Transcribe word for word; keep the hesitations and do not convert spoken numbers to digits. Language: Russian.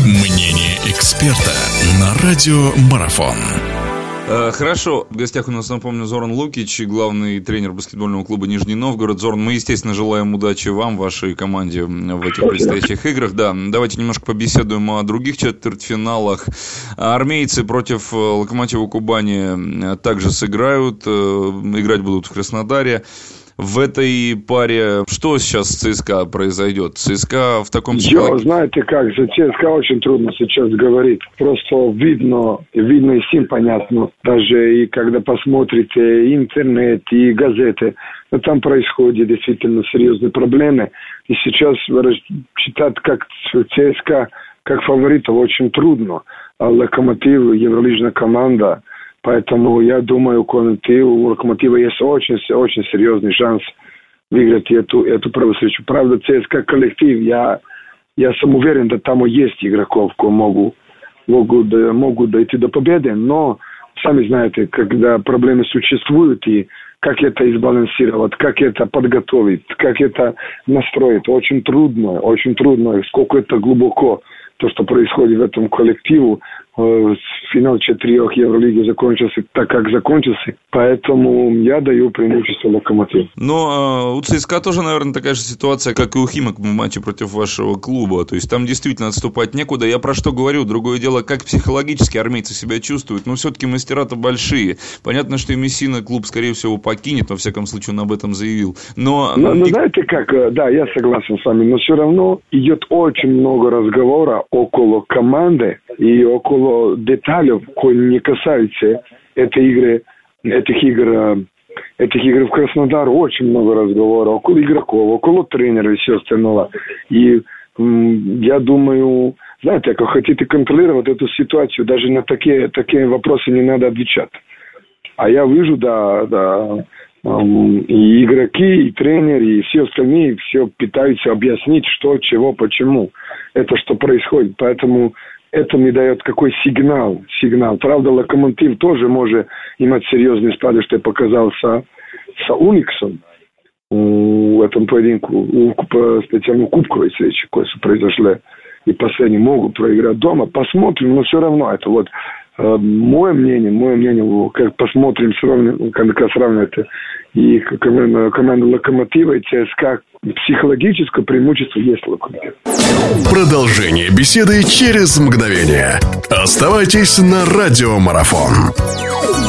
Мнение эксперта на радио Марафон. Хорошо, в гостях у нас, напомню, Зоран Лукич, главный тренер баскетбольного клуба Нижний Новгород. Зоран, мы, естественно, желаем удачи вам, вашей команде в этих предстоящих играх. Да, давайте немножко побеседуем о других четвертьфиналах. Армейцы против Локомотива Кубани также сыграют, играть будут в Краснодаре. В этой паре что сейчас с ЦСКА произойдет? ЦСКА в таком... Йо, знаете как, за ЦСКА очень трудно сейчас говорить. Просто видно, видно и всем понятно. Даже и когда посмотрите интернет и газеты, но там происходят действительно серьезные проблемы. И сейчас считать как ЦСКА как фаворитов очень трудно. А Локомотив, евролижная команда. Поэтому я думаю, у Локомотива есть очень-очень серьезный шанс выиграть эту, эту первую встречу. Правда, ЦСКА коллектив, я, я сам уверен, что там есть игроков, которые могут, могут, могут дойти до победы, но сами знаете, когда проблемы существуют, и как это избалансировать, как это подготовить, как это настроить, очень трудно, очень трудно, сколько это глубоко, то, что происходит в этом коллективе. Финал четырех Евролиги закончился так, как закончился. Поэтому я даю преимущество Локомотиву. Но э, у ЦСКА тоже, наверное, такая же ситуация, как и у Химок в матче против вашего клуба. То есть там действительно отступать некуда. Я про что говорю? Другое дело, как психологически армейцы себя чувствуют. Но все-таки мастера-то большие. Понятно, что и Мессина клуб, скорее всего, покинет. Во всяком случае, он об этом заявил. Но, но, но знаете как? Да, я согласен с вами. Но все равно идет очень много разговора около команды и около деталей, которые не касаются этой игры, этих игр, этих игр в Краснодаре. Очень много разговоров около игроков, около тренера и все остальное. И м, я думаю, знаете, как хотите контролировать эту ситуацию, даже на такие, такие вопросы не надо отвечать. А я вижу, да, да, м, и игроки, и тренеры, и все остальные все пытаются объяснить, что, чего, почему это что происходит. Поэтому это мне дает какой сигнал, сигнал. Правда, Локомотив тоже может иметь серьезный спад, что я показал с, с Униксом в этом поединку, у, специально кубковой встречи, которые произошли, и последние могут проиграть дома. Посмотрим, но все равно это вот э, мое мнение, мое мнение, как посмотрим, сравним, когда сравнивать и команду, команду Локомотива и ЦСКА, психологическое преимущество есть Локомотив. Продолжение беседы через мгновение. Оставайтесь на радио Марафон.